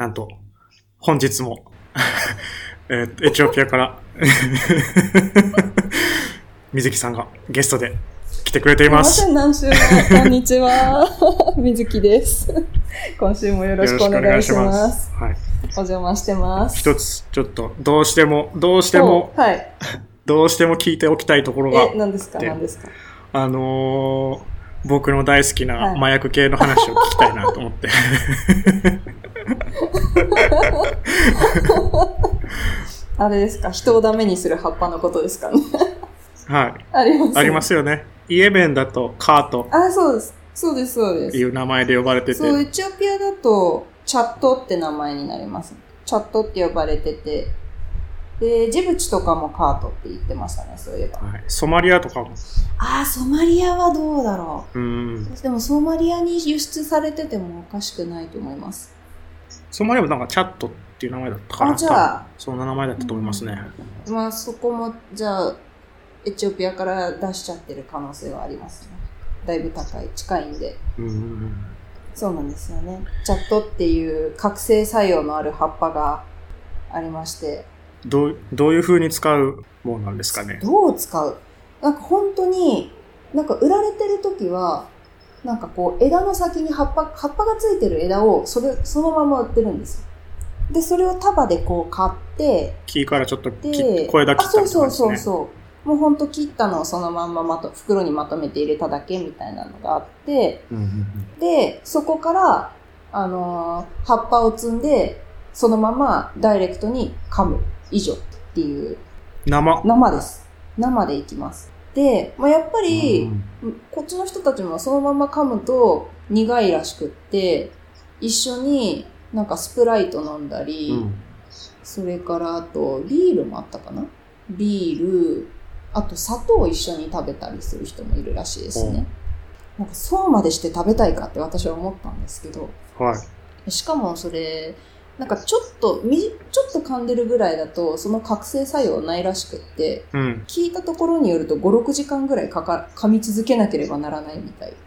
なんと、本日も、エチオピアから、水木さんがゲストで来てくれています。 すいません、何週も。こんにちは。水木です。今週もよろしくお願いします。はい。お邪魔してます。 一つ、ちょっと、どうしても、 はい。 どうしても聞いておきたいところが。 何ですか？ 僕の大好きな麻薬系の話を聞きたいなと思って。 あれですか？人をダメにする葉っぱのことですかね。 はい。ありますよね。イエメンだとカート。 そうです。そうです、そうです。 いう名前で呼ばれてて。 そう、エチオピアだとチャットって名前になります。チャットって呼ばれてて。で、ジブチとかもカートって言ってましたね、そういえば。 はい。ソマリアとかも。 ソマリアはどうだろう。でもソマリアに輸出されててもおかしくないと思います。 ソマリアもなんかチャットっていう名前だったかな。 じゃあ。 そんな名前だったと思いますね。 そこも、じゃあ、エチオピアから出しちゃってる可能性はありますね。だいぶ近いんで。そうなんですよね。チャットっていう覚醒作用のある葉っぱがありまして。 どういう風に使うものなんですかね。 どう使う？なんか本当に、なんか売られてる時は、なんかこう枝の先に葉っぱがついてる枝をそのまま売ってるんですよ。で、それを束でこう買って、 木からちょっと小枝切ったりとかですね。 そう。もうほんと切ったのをそのまんま袋にまとめて入れただけみたいなのがあって、で、そこから、葉っぱを摘んで、そのままダイレクトに噛む以上っていう。生です。生でいきます。で、やっぱり、こっちの人たちもそのまま噛むと苦いらしくって、一緒になんかスプライト飲んだり、それからあとビールもあったかな？ビール、あと砂糖を一緒に食べたりする人もいるらしいですね。なんかそうまでして食べたいかって私は思ったんですけど、しかもそれ、なんかちょっと噛んでるぐらいだとその覚醒作用ないらしくって、聞いたところによると 5,6 時間ぐらい噛み続けなければならないみたい。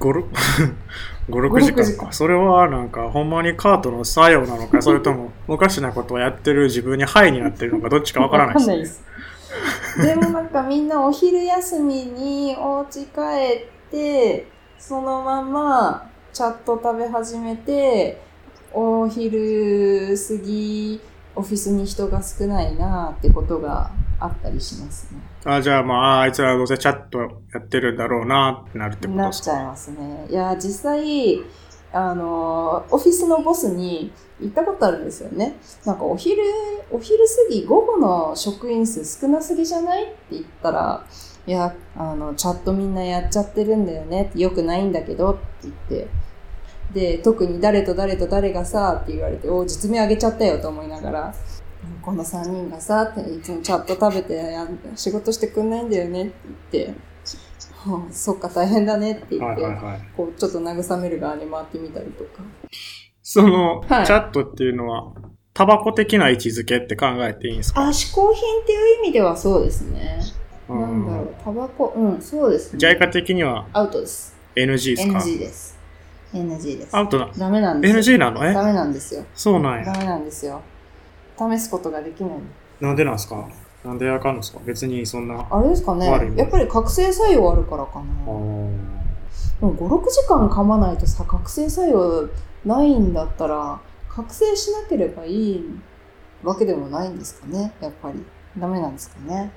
5、6時間か。それはなんかほんまにカートの作用なのか、それともおかしなことをやってる自分にハイになってるのか、どっちかわからないですね。 でもなんかみんなお昼休みにお家帰ってそのままチャット食べ始めて、お昼過ぎオフィスに人が少ないなってことがあったりしますね。 じゃああいつはどうせチャットやってるんだろうなってなるってことですか？ なっちゃいますね。いや、実際、オフィスのボスに行ったことあるんですよね。なんかお昼過ぎ、午後の職員数少なすぎじゃないって言ったら、いや、チャットみんなやっちゃってるんだよねって、よくないんだけどって言って、で、特に誰と誰がさって言われて、実名あげちゃったよと思いながら、この3人がさっていつもチャット食べて仕事してくんないんだよねって言って、そっか大変だねって言って、こうちょっと慰める側に回ってみたりとか。 その、チャットっていうのはタバコ的な位置づけって考えていいんですか？ 嗜好品っていう意味ではそうですね。なんだろう、タバコ、そうですね。 ジャイカ的にはアウトです。 NG ですか？ NG です。NG です。 アウトだ。 ダメなんですよ。 NG なの？ ダメなんですよ。 そうなんや。 ダメなんですよ。試すことができない。 なんでなんですか？なんであかんのですか？別にそんな。 あれですかね。やっぱり覚醒作用あるからかな。もう5、6時間噛まないとさ、覚醒作用ないんだったら、覚醒しなければいいわけでもないんですかね。やっぱり。ダメなんですかね。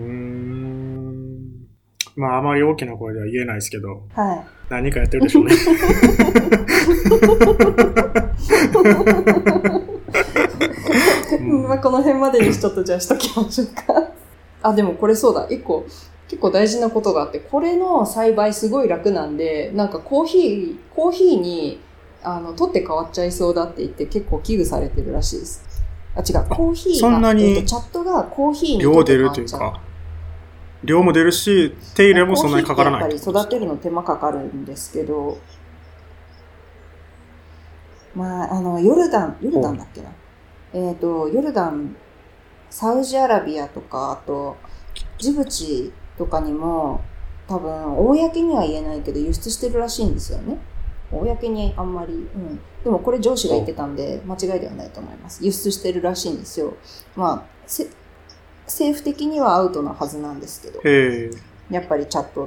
あまり大きな声では言えないですけど。 はい。 何かやってるでしょうね。 この辺までにちょっとじゃあしときましょうか。でもこれそうだ。結構大事なことがあって、これの栽培すごい楽なんで、なんかコーヒーに、取って変わっちゃいそうだって言って結構危惧されてるらしいです。違う、コーヒーが、 そんなにチャットがコーヒーに量出るというか、量も出るし、手入れもそんなにかからない。 やっぱり育てるの手間かかるんですけど、ヨルダンだっけな。ヨルダン、サウジアラビアとか、あと、ジブチとかにも、多分、公には言えないけど輸出してるらしいんですよね。 公にあんまり、でもこれ上司が言ってたんで間違いではないと思います。輸出してるらしいんですよ。まあ政府的にはアウトなはずなんですけど、やっぱりチャットって。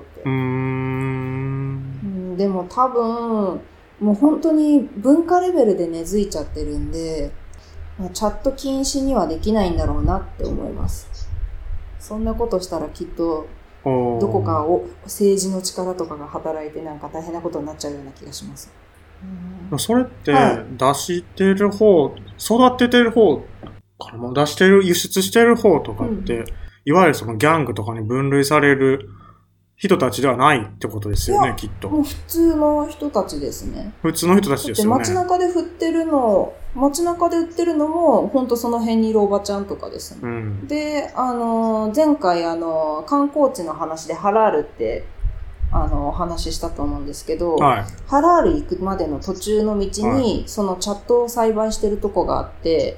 でも多分もう本当に文化レベルで根付いちゃってるんで、チャット禁止にはできないんだろうなって思います。そんなことしたらきっとどこかを政治の力とかが働いてなんか大変なことになっちゃうような気がします。 それって出してる方、育ててる方からも出してる輸出してる方とかって、いわゆるそのギャングとかに分類される人たちではないってことですよね、きっと。 もう普通の人たちですね。 普通の人たちですよね。 街中で売ってるのも本当その辺にいるおばちゃんとかですね。で、前回観光地の話でハラールってお話ししたと思うんですけど、ハラール行くまでの途中の道に、そのチャットを栽培してるとこがあって、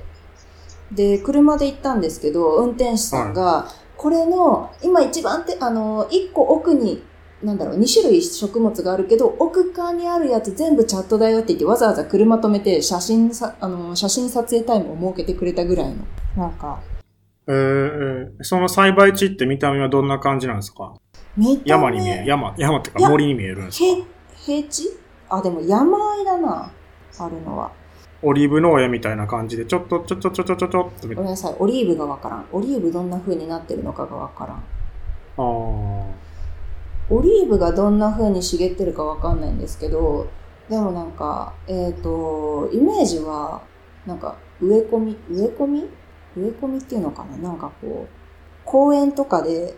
で車で行ったんですけど、運転手さんが、これの今一番1個奥に2種類食物があるけど奥側にあるやつ全部チャットだよって言ってわざわざ車止めて写真撮影タイムを設けてくれたぐらいのなんか。 その栽培地って見た目はどんな感じなんですか？山に見える。山っていうか森に見えるんですか？ 平地？でも山あいだな、あるのは。 オリーブ農園みたいな感じでちょっとって。 ごめんなさい、オリーブがわからん。オリーブどんな風になってるのかがわからん。オリーブがどんな風に茂ってるかわかんないんですけど、でもなんかイメージはなんか植え込みっていうのかな、なんかこう公園とかで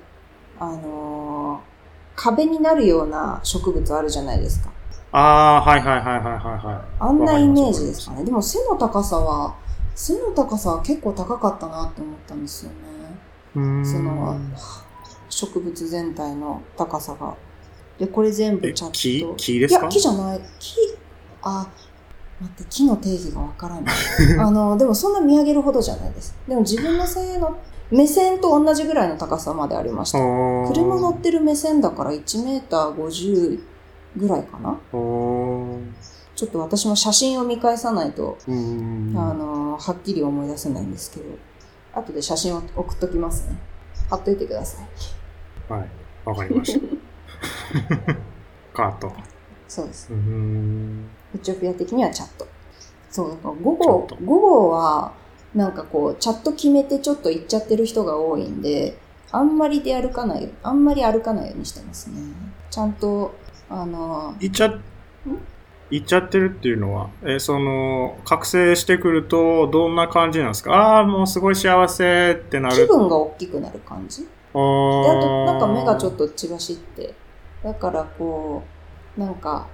壁になるような植物あるじゃないですか。 はい。 あんなイメージですかね。でも背の高さは結構高かったなって思ったんですよね。その植物全体の高さが。で、これ全部チャット。 木ですか？いや、 木じゃない。待って、木の定義がわからない。でもそんな見上げるほどじゃないです。でも自分の目線と同じぐらいの高さまでありました。車乗ってる目線だから1メーター50ぐらいかな。ちょっと私も写真を見返さないと、はっきり思い出せないんですけど、後で写真を送っときますね。貼っといてください。 はい、わかりました。カート。 そうです。エチオピア的にはチャット。そう、だから午後は、なんかこう、チャット決めてちょっと行っちゃってる人が多いんで、あんまり歩かないようにしてますね。ちゃんと、 行っちゃってるっていうのは、覚醒してくるとどんな感じなんですか？もうすごい幸せってなる。 気分が大きくなる感じ？で、あとなんか目がちょっと血走って、だからこう、なんか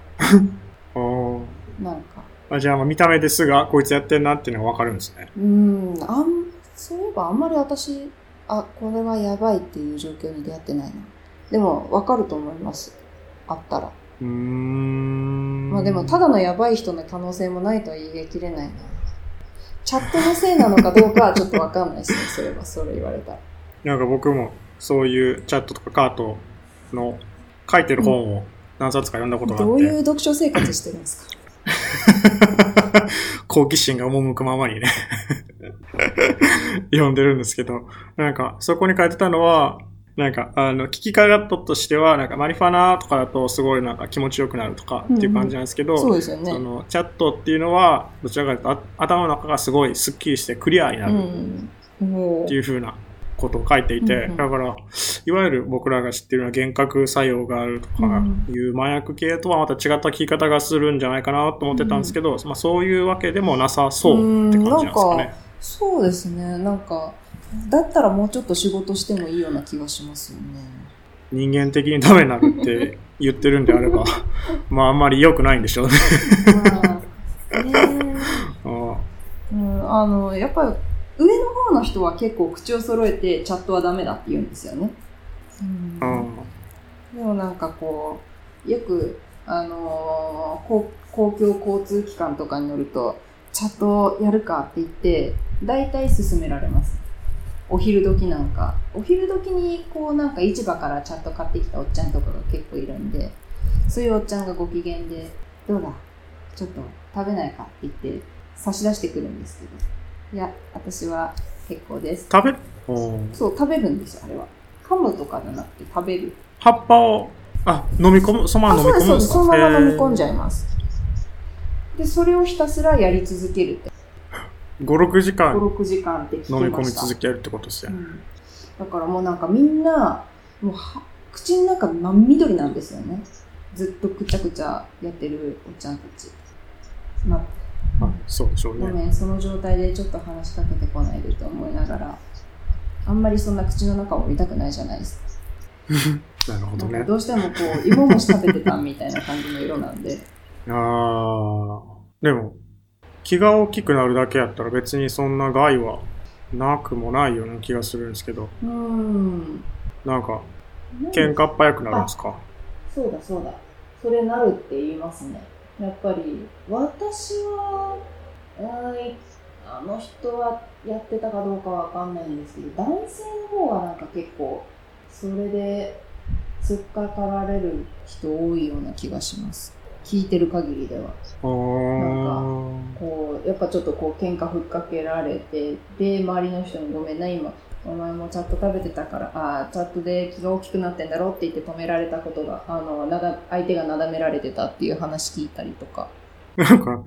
じゃあ見た目ですがこいつやってんなっていうのがわかるんですね。 そういえばあんまり私、これはやばいっていう状況に出会ってないな。でもわかると思います。あったら。まあでもただのやばい人の可能性もないとは言い切れないな。チャットのせいなのかどうかはちょっとわかんないですね。それ言われたら。 なんか僕もそういうチャットとかカートの書いてる本を何冊か読んだことがあって。 どういう読書生活してるんですか？ 好奇心が赴くままにね読んでるんですけど、なんかそこに書いてたのは、なんか聞き方としてはなんかマリファナとかだとすごいなんか気持ちよくなるとかっていう感じなんですけど、 そうですよね。 そのチャットっていうのはどちらかというと頭の中がすごいスッキリしてクリアになるっていう風なことを書いていて、だからいわゆる僕らが知ってるような幻覚作用があるとかいう麻薬系とはまた違った聞き方がするんじゃないかなと思ってたんですけど、まあ、そういうわけでもなさそうって感じなんですかね。 そうですね。なんかだったらもうちょっと仕事してもいいような気がしますよね。 人間的にダメになるって言ってるんであればまああんまり良くないんでしょうね。 やっぱり上の方の人は結構口を揃えてチャットはダメだって言うんですよね。でもなんかこうよく公共交通機関とかに乗るとチャットやるかって言って大体勧められます。お昼時にこうなんか市場からチャット買ってきたおっちゃんとかが結構いるんで、そういうおっちゃんがご機嫌でどうだちょっと食べないかって言って差し出してくるんですけど、いや、私は結構です。 食べる？ そう、食べるんですよ、あれは。噛むとかじゃなくて食べる。 葉っぱを、飲み込む、そのまま飲み込むんですか？ そのまま飲み込んじゃいます。で、それをひたすらやり続けるって。 5、6時間。 5、6時間って聞きました。 飲み込み続けるってことですよね。 だからもうなんかみんな、もう口の中真緑なんですよね。ずっとくちゃくちゃやってるおっちゃんたち。 そうでしょうね。 ごめん、その状態でちょっと話しかけてこないでと思いながら、あんまりそんな口の中を見たくないじゃないですか。 なるほどね。 どうしてもこう、芋虫食べてたみたいな感じの色なんで。 でも、気が大きくなるだけやったら別にそんな害はなくもないような気がするんですけど。なんか、喧嘩っ早くなるんですか？ そうだ。それなるって言いますね。やっぱり、私は、あの人はやってたかどうかわかんないんですけど、男性の方はなんか結構、それで突っかかられる人多いような気がします。聞いてる限りでは。なんか、こう、やっぱちょっとこう喧嘩ふっかけられて、で、周りの人にごめんな、今、お前もチャット食べてたから、チャットで気が大きくなってんだろって言って止められたことが、相手がなだめられてたっていう話聞いたりとか。 なんか、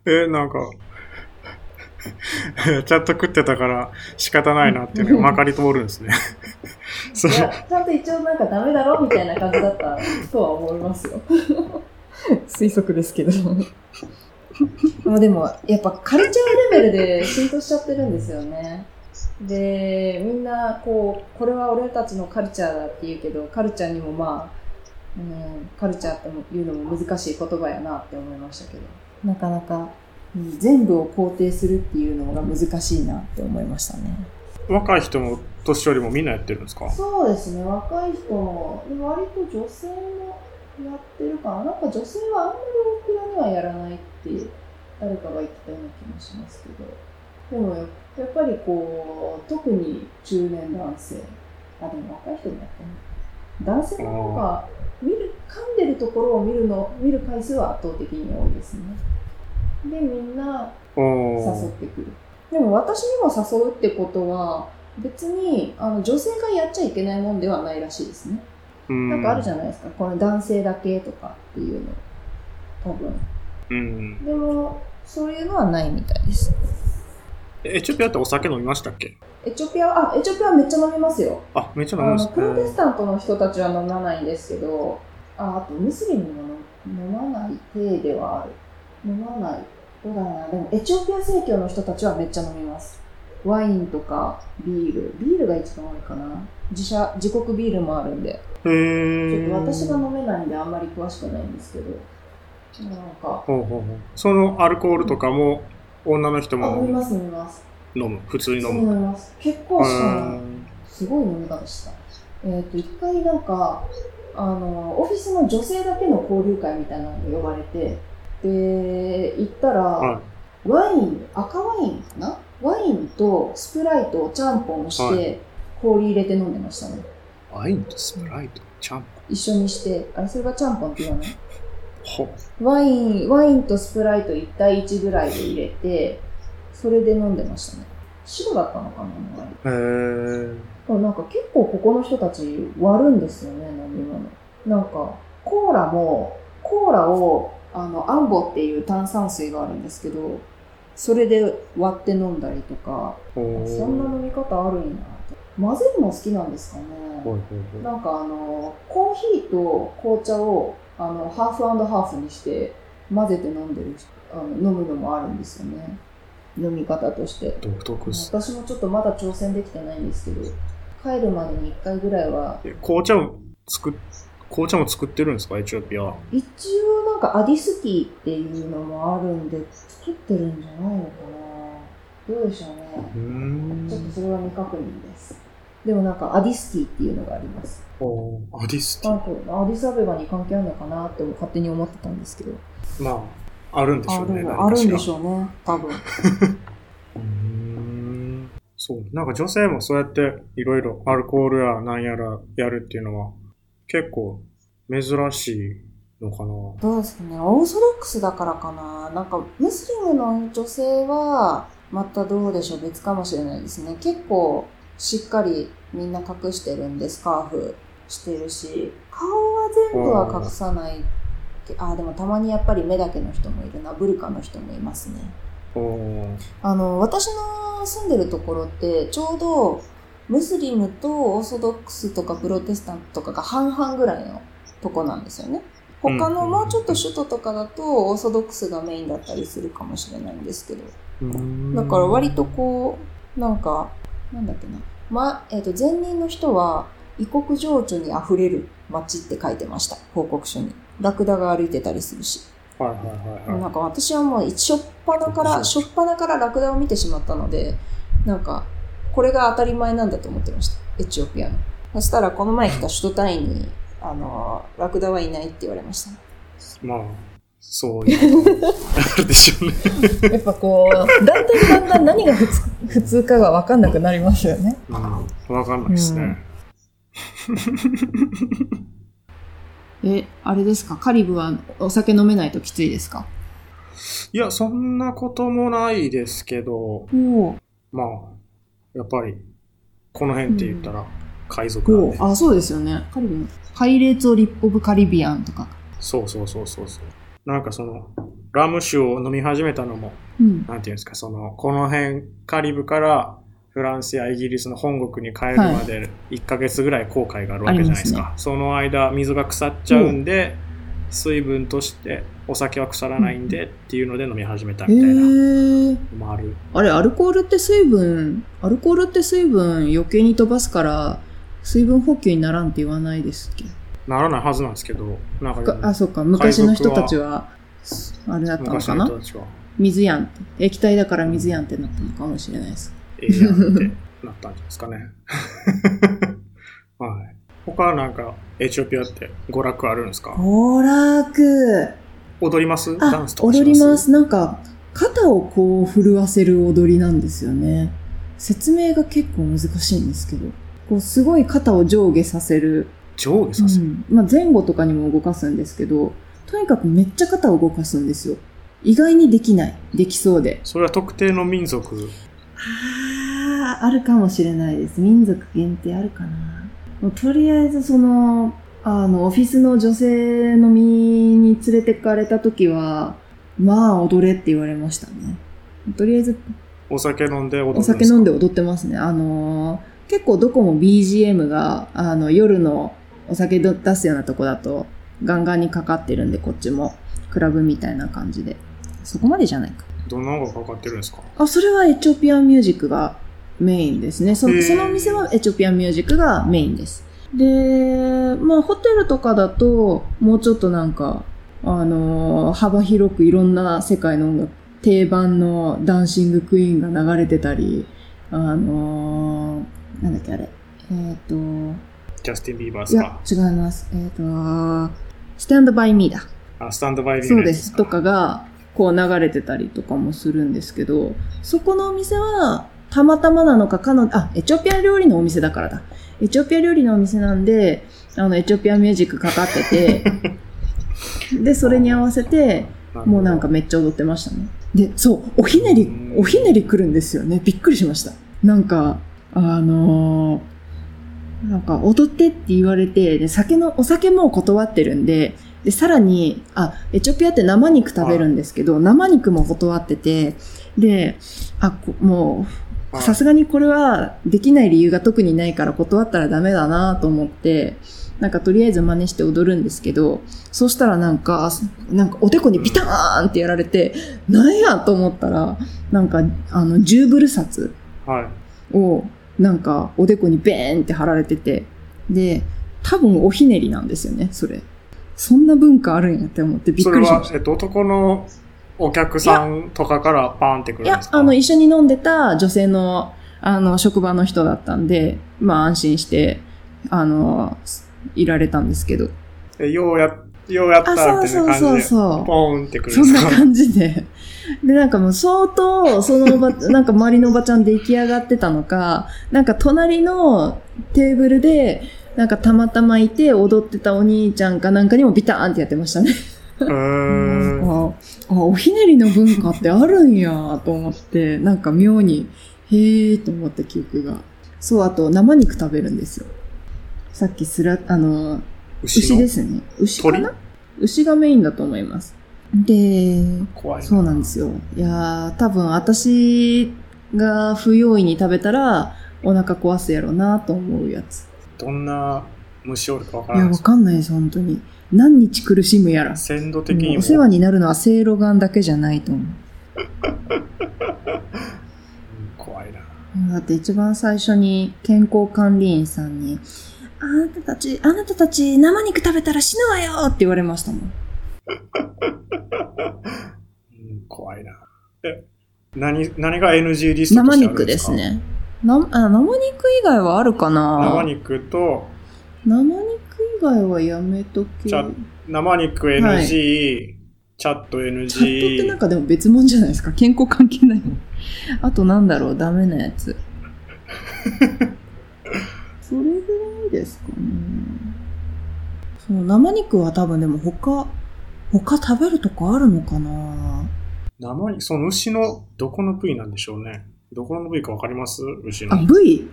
チャット食ってたから仕方ないなっていうのがまかり通るんですね。 いや、ちゃんと一応なんかダメだろみたいな感じだったとは思いますよ。推測ですけど。でも、やっぱカルチャーレベルで浸透しちゃってるんですよね。で、みんな、これは俺たちのカルチャーだって言うけど、カルチャーにもカルチャーっていうのも難しい言葉やなって思いましたけど、なかなか、全部を肯定するっていうのが難しいなって思いましたね。 若い人も年寄りもみんなやってるんですか？ そうですね、若い人も、割と女性もやってるかな。なんか女性はあんまり大っぴらにはやらないって誰かが言ってたような気もしますけど、でもやっぱりこう、特に中年男性、でも若い人もやってない。男性の方が噛んでるところを見る回数は圧倒的に多いですね。で、みんな誘ってくる。でも私にも誘うってことは、別に女性がやっちゃいけないもんではないらしいですね。なんかあるじゃないですか、この男性だけとかっていうの、多分。でも、そういうのはないみたいです。 エチオピアってお酒飲みましたっけ？ エチオピアはめっちゃ飲みますよ。 めっちゃ飲みます。 プロテスタントの人たちは飲まないんですけど、あとムスリムも飲まない体ではある。飲まない。どうだろうな。でもエチオピア正教の人たちはめっちゃ飲みます。ワインとかビールが一番多いかな。自国ビールもあるんで。ちょっと私が飲めないんであんまり詳しくないんですけど。なんか。 そのアルコールとかも女の人も飲みます。 飲む。普通に飲む。 飲みます。結構すごい飲み方した。一回なんか、オフィスの女性だけの交流会みたいなのに呼ばれて、で、行ったら、赤ワインかな？ワインとスプライトをちゃんぽんして、氷入れて飲んでましたね。 ワインとスプライト、ちゃんぽん一緒にして、それがちゃんぽんって言わない？ワインとスプライト1対1ぐらいで入れて、それで飲んでましたね。白だったのかな？なんか結構ここの人たち割るんですよね、飲み物。なんか、コーラを、アンボっていう炭酸水があるんですけど、それで割って飲んだりとか、そんな飲み方あるんやと。混ぜるの好きなんですかね。なんかコーヒーと紅茶をハーフ&ハーフにして混ぜて飲むのもあるんですよね。飲み方として。 独特です。 私もちょっとまだ挑戦できてないんですけど、帰るまでに1回ぐらいは。 紅茶も作ってるんですか、エチオピアは？ 一応なんかアディスティっていうのもあるんで、作ってるんじゃないのかな。どうでしょうね。ちょっとそれは未確認です。でもなんかアディスティっていうのがあります。 アディスティ？ アディスアベバに関係あるのかなって勝手に思ってたんですけど。 まあ、あるんでしょうね。 あるんでしょうね、多分。 そう。なんか女性もそうやっていろいろアルコールやなんやらやるっていうのは結構珍しいのかな。 どうですかね。オーソドックスだからかな。なんか、ムスリムの女性は、またどうでしょう、別かもしれないですね。結構、しっかりみんな隠してるんで、スカーフしてるし、顔は全部は隠さない。でもたまにやっぱり目だけの人もいるな。ブルカの人もいますね。私の住んでるところって、ちょうど、ムスリムとオーソドックスとかプロテスタントとかが半々ぐらいのとこなんですよね。他のもうちょっと首都とかだとオーソドックスがメインだったりするかもしれないんですけど。だから割とこう、なんだっけな。前任の人は異国情緒に溢れる街って書いてました。報告書に。ラクダが歩いてたりするし。なんか私はもうしょっぱなからラクダを見てしまったので、なんかこれが当たり前なんだと思ってました。エチオピアの。そしたらこの前来た首都隊員に、ラクダはいないって言われました。 まあ、そういうことあるでしょうね。 やっぱこう、だんだん何が普通かが分かんなくなりますよね。 分かんないですね。 あれですか、カリブはお酒飲めないときついですか？ いや、そんなこともないですけど、まあ、やっぱり、この辺って言ったら、海賊なんで。 そうですよね。カリブ、パイレーツ・オブ・カリビアンとか。 そう。なんかラム酒を飲み始めたのも、なんていうんですか、この辺、カリブからフランスやイギリスの本国に帰るまで1ヶ月ぐらい航海があるわけじゃないですか。その間、水が腐っちゃうんで、水分としてお酒は腐らないんでっていうので飲み始めたみたいなのもある。 アルコールって水分余計に飛ばすから、水分補給にならんって言わないですっけ？ ならないはずなんですけど、 そうか、昔の人たちは、あれだったのかな？水やんって。液体だから水やんってなったのかもしれないです。 やんってなったんじゃないですかね。はい。他はなんか、エチオピアって娯楽あるんですか？ 娯楽。 踊ります？ダンスとかします？ 踊ります。なんか、肩をこう震わせる踊りなんですよね。説明が結構難しいんですけど、こうすごい肩を上下させる。 上下させる？ 前後とかにも動かすんですけど、とにかくめっちゃ肩を動かすんですよ。意外にでききそうで。 それは特定の民族？ あるかもしれないです。民族限定あるかな。もうとりあえずオフィスの女性飲みに連れてかれた時は、まあ踊れって言われましたね。とりあえずお酒飲んで踊るんですか？ お酒飲んで踊ってますね。結構どこも BGM が夜のお酒出すようなとこだとガンガンにかかってるんで、こっちもクラブみたいな感じで。そこまでじゃないか。 どんなのがかかってるんですか？ それはエチオピアンミュージックがメインですね。そのお店はエチオピアンミュージックがメインです。で、ホテルとかだともうちょっとなんか幅広くいろんな世界の音楽、定番のダンシングクイーンが流れてたり、なんだっけあれ、 ジャスティン・ビーバーですか？ いや、違います。スタンドバイミーだ。 スタンドバイミーそうです。とかが、こう流れてたりとかもするんですけど、そこのお店は、たまたまなのかエチオピア料理のお店だからだ。エチオピア料理のお店なんで、エチオピアミュージックかかってて、で、それに合わせて、もうなんかめっちゃ踊ってましたね。で、そう、おひねり来るんですよね。びっくりしました。なんか踊ってって言われて、で、お酒も断ってるんで、で、さらに、エチオピアって生肉食べるんですけど、生肉も断ってて、で、もう、さすがにこれはできない理由が特にないから断ったらダメだなと思って、なんかとりあえず真似して踊るんですけど、そうしたらなんかおでこにビターンってやられて、なんやと思ったら、なんか、ジューブル札を、なんかおでこにベーンって貼られてて、で、多分おひねりなんですよね、それ。そんな文化あるんやって思ってびっくりしました。 それは、男のお客さんとかからパーンってくるんですか？ いや、一緒に飲んでた女性の、職場の人だったんで、まあ安心して、いられたんですけど。 ようやったって感じで、ポーンってくるんですか？そんな感じで。で、なんかもう相当、なんか周りのおばちゃん出来上がってたのか、なんか隣のテーブルで、 なんかたまたまいて踊ってたお兄ちゃんかなんかにもビターンってやってましたね。おひねりの文化ってあるんやと思って、なんか妙に、へーと思った記憶が。そう、あと生肉食べるんですよ。さっき牛ですね。牛かな？牛がメインだと思います。で、 怖いな。 そうなんですよ。いやー、多分私が不用意に食べたらお腹壊すやろうなと思うやつ。 どんな虫おるかわからない。 いや、わかんないです、本当に。何日苦しむやら。 鮮度的にも。 お世話になるのはセイロガンだけじゃないと思う。 怖いな。 だって一番最初に健康管理員さんに、あなたたち生肉食べたら死ぬわよって言われましたもん。 怖いな。何が NG リストとしてあるんですか？生肉ですね。 生肉以外はあるかな？ 生肉と、 生肉以外はやめとけ。 生肉 NG、はい、チャット NG。 チャットってなんかでも別物じゃないですか。健康関係ないの。あとなんだろう、ダメなやつ。それぐらいですかね。そう、生肉は多分でも他食べるとこあるのかな？ 生肉、その牛のどこの部位なんでしょうね。どこの部位かわかります？牛の。 部位、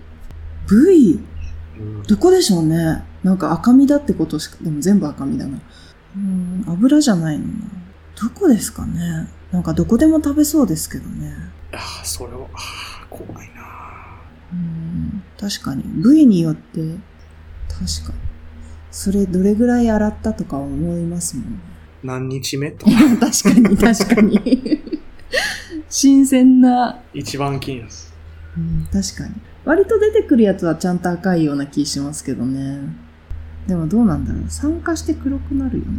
どこでしょうね。なんか赤身だってことしか、でも全部赤身だな。油じゃないのな。どこですかね。なんかどこでも食べそうですけどね。 それは、怖いな。 確かに。部位によって、確かに。それどれぐらい洗ったとか思いますもん。 何日目とか。 確かに。新鮮な。 一番気になる。 確かに。割と出てくるやつはちゃんと赤いような気しますけどね。でもどうなんだろう。酸化して黒くなるよね。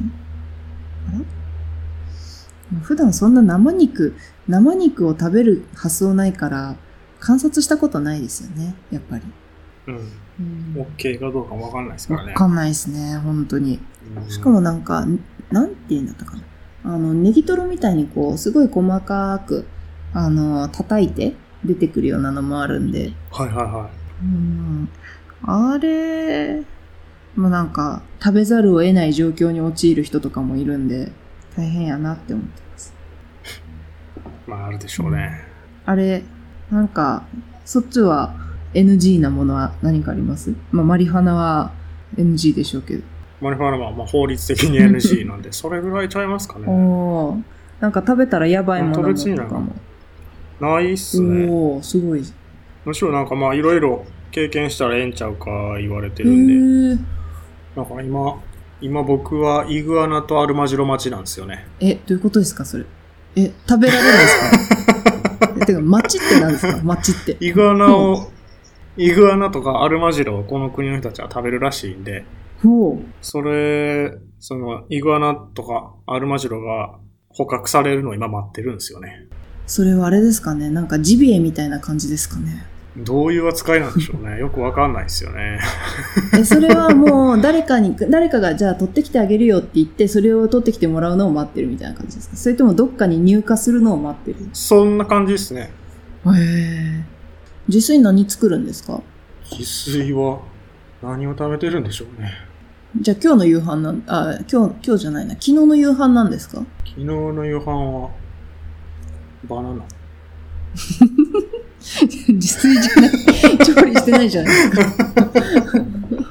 普段そんな生肉を食べる発想ないから観察したことないですよね、やっぱり。 OK かどうかわかんないですからね。 わかんないですね、本当に。しかもなんか、なんて言うんだったかな。ネギトロみたいにこう、すごい細かく、叩いて出てくるようなのもあるんで。 はいはいはい。 あれ、もうなんか、食べざるを得ない状況に陥る人とかもいるんで、大変やなって思ってます。 まあ、あるでしょうね。 あれ、なんか、そっちは NG なものは何かあります？マリファナは NG でしょうけど。 マリファナは法律的に NG なんで、それぐらいちゃいますかね。 なんか食べたらやばいものとかも。 ないっすね。 すごい。 むしろなんかいろいろ経験したらええんちゃうか言われてるんで。なんか今僕はイグアナとアルマジロ待ちなんですよね。 どういうことですかそれ？食べられるんですか？てか、待ちって何ですか？待ちって。 イグアナとかアルマジロをこの国の人たちは食べるらしいんで、そのイグアナとかアルマジロが捕獲されるのを今待ってるんですよね。 それはあれですかね、なんかジビエみたいな感じですかね。 どういう扱いなんでしょうね。よくわかんないですよね。 それはもう誰かがじゃあ取ってきてあげるよって言って、それを取ってきてもらうのを待ってるみたいな感じですか？それともどっかに入荷するのを待ってる？ そんな感じですね。 自炊何作るんですか？ 自炊は何を食べてるんでしょうね。 じゃあ今日の夕飯今日じゃないな。昨日の夕飯なんですか？ 昨日の夕飯はバナナ。 自炊じゃない。調理してないじゃないですか。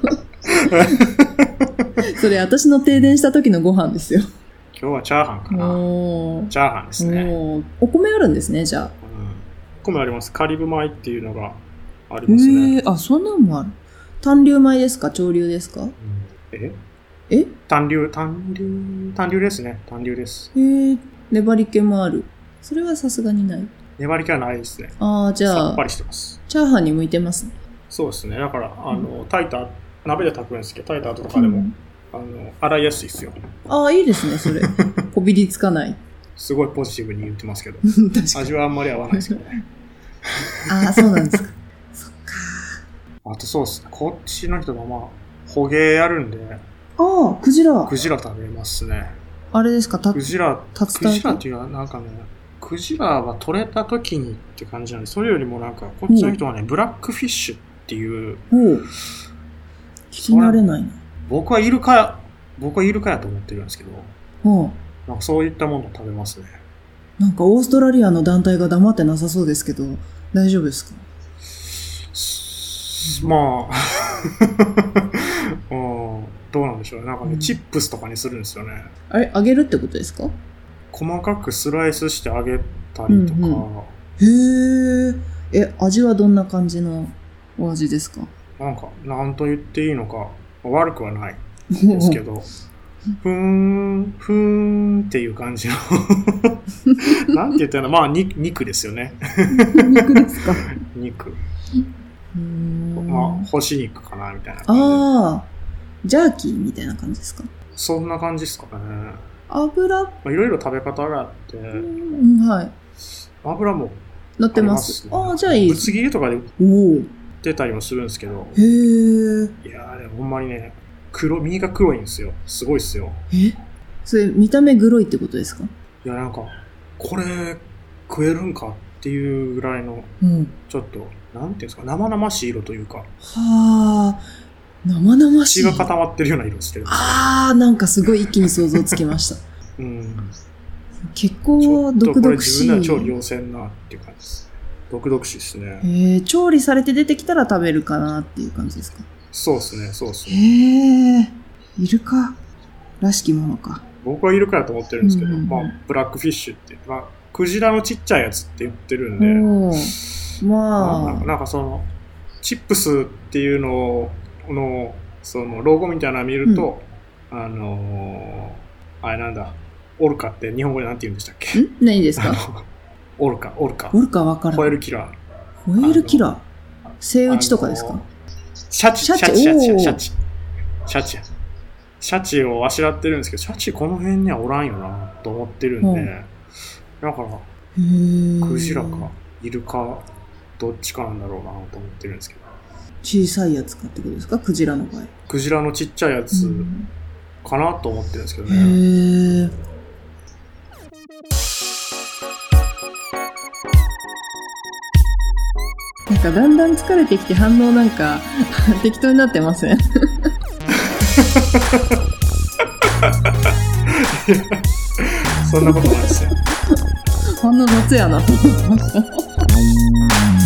それ私の停電した時のご飯ですよ。 今日はチャーハンかな。チャーハンですね。 お米あるんですね、じゃあ。 米あります。カリブ米っていうのがありますね。 そんなのもある。単粒米ですか？長粒ですか？ 単粒ですね。単粒です。 粘り気もある。それはさすがにない。 粘り気はないですね。 じゃあ、 さっぱりしてます。 チャーハンに向いてますね。 そうですね。だから、炊いた、鍋で炊くんですけど、炊いた後とかでも、洗いやすいですよ。 いいですね、それ。こびりつかない。 すごいポジティブに言ってますけど。味はあんまり合わないですけどね。 そうなんですか。そっか。 あとそうですね。こっちの人が捕鯨やるんで。 クジラ食べますね。 あれですか？ クジラっていうのはなんかね、クジラは取れた時にって感じなんで、それよりもなんかこっちの人はね、ブラックフィッシュっていう聞き慣れないな。 僕はイルカやと思ってるんですけど、なんかそういったものを食べますね。 なんかオーストラリアの団体が黙ってなさそうですけど、大丈夫ですか？ まあ、どうなんでしょうね。なんかね、チップスとかにするんですよね。 あれ、揚げるってことですか？ 細かくスライスして揚げたりとか。 へえ。味はどんな感じのお味ですか？ なんか、なんと言っていいのか、悪くはないですけど、ふーんっていう感じのなんて言ったら、まあ、肉ですよね。 肉ですか？ 肉。まあ、干し肉かな、みたいな感じ。ジャーキーみたいな感じですか？ そんな感じですかね。 油？ いろいろ食べ方があって、 はい。 油も乗ってます。じゃあいいです。 ぶつ切りとかで売ってたりもするんですけど。 へー。 いやー、でもほんまにね、身が黒いんですよ。すごいっすよ。 それ見た目グロいってことですか？ いや、なんか、これ食えるんかっていうぐらいの、ちょっと、なんていうんですか、生々しい色というか。 生々しい。 血が固まってるような色してるんですよ。なんかすごい一気に想像つきました。結構毒々しい。 これ自分では調理要せんなっていう感じです。毒々しいですね。 調理されて出てきたら食べるかなっていう感じですか？ そうですね、そうですね。 イルカらしきものか。 僕はイルカだと思ってるんですけど、まあ、ブラックフィッシュって、まあ、クジラのちっちゃいやつって言ってるんで、なんかその、チップスっていうのの、その、ロゴみたいなのを見ると、あれなんだ、オルカって日本語でなんて言うんでしたっけ？ 何ですか？ オルカ。オルカわからん。 ホエールキラー。 ホエールキラー？セイウチとかですか？ シャチをあしらってるんですけど、シャチこの辺にはおらんよなと思ってるんで、だから、クジラかイルカどっちかなんだろうなと思ってるんですけど。 小さいやつかってことですか？クジラの場合。 クジラのちっちゃいやつかなと思ってるんですけどね。 なんかだんだん疲れてきて反応なんか適当になってません？ そんなことないですよ。 反応夏やなと思ってました。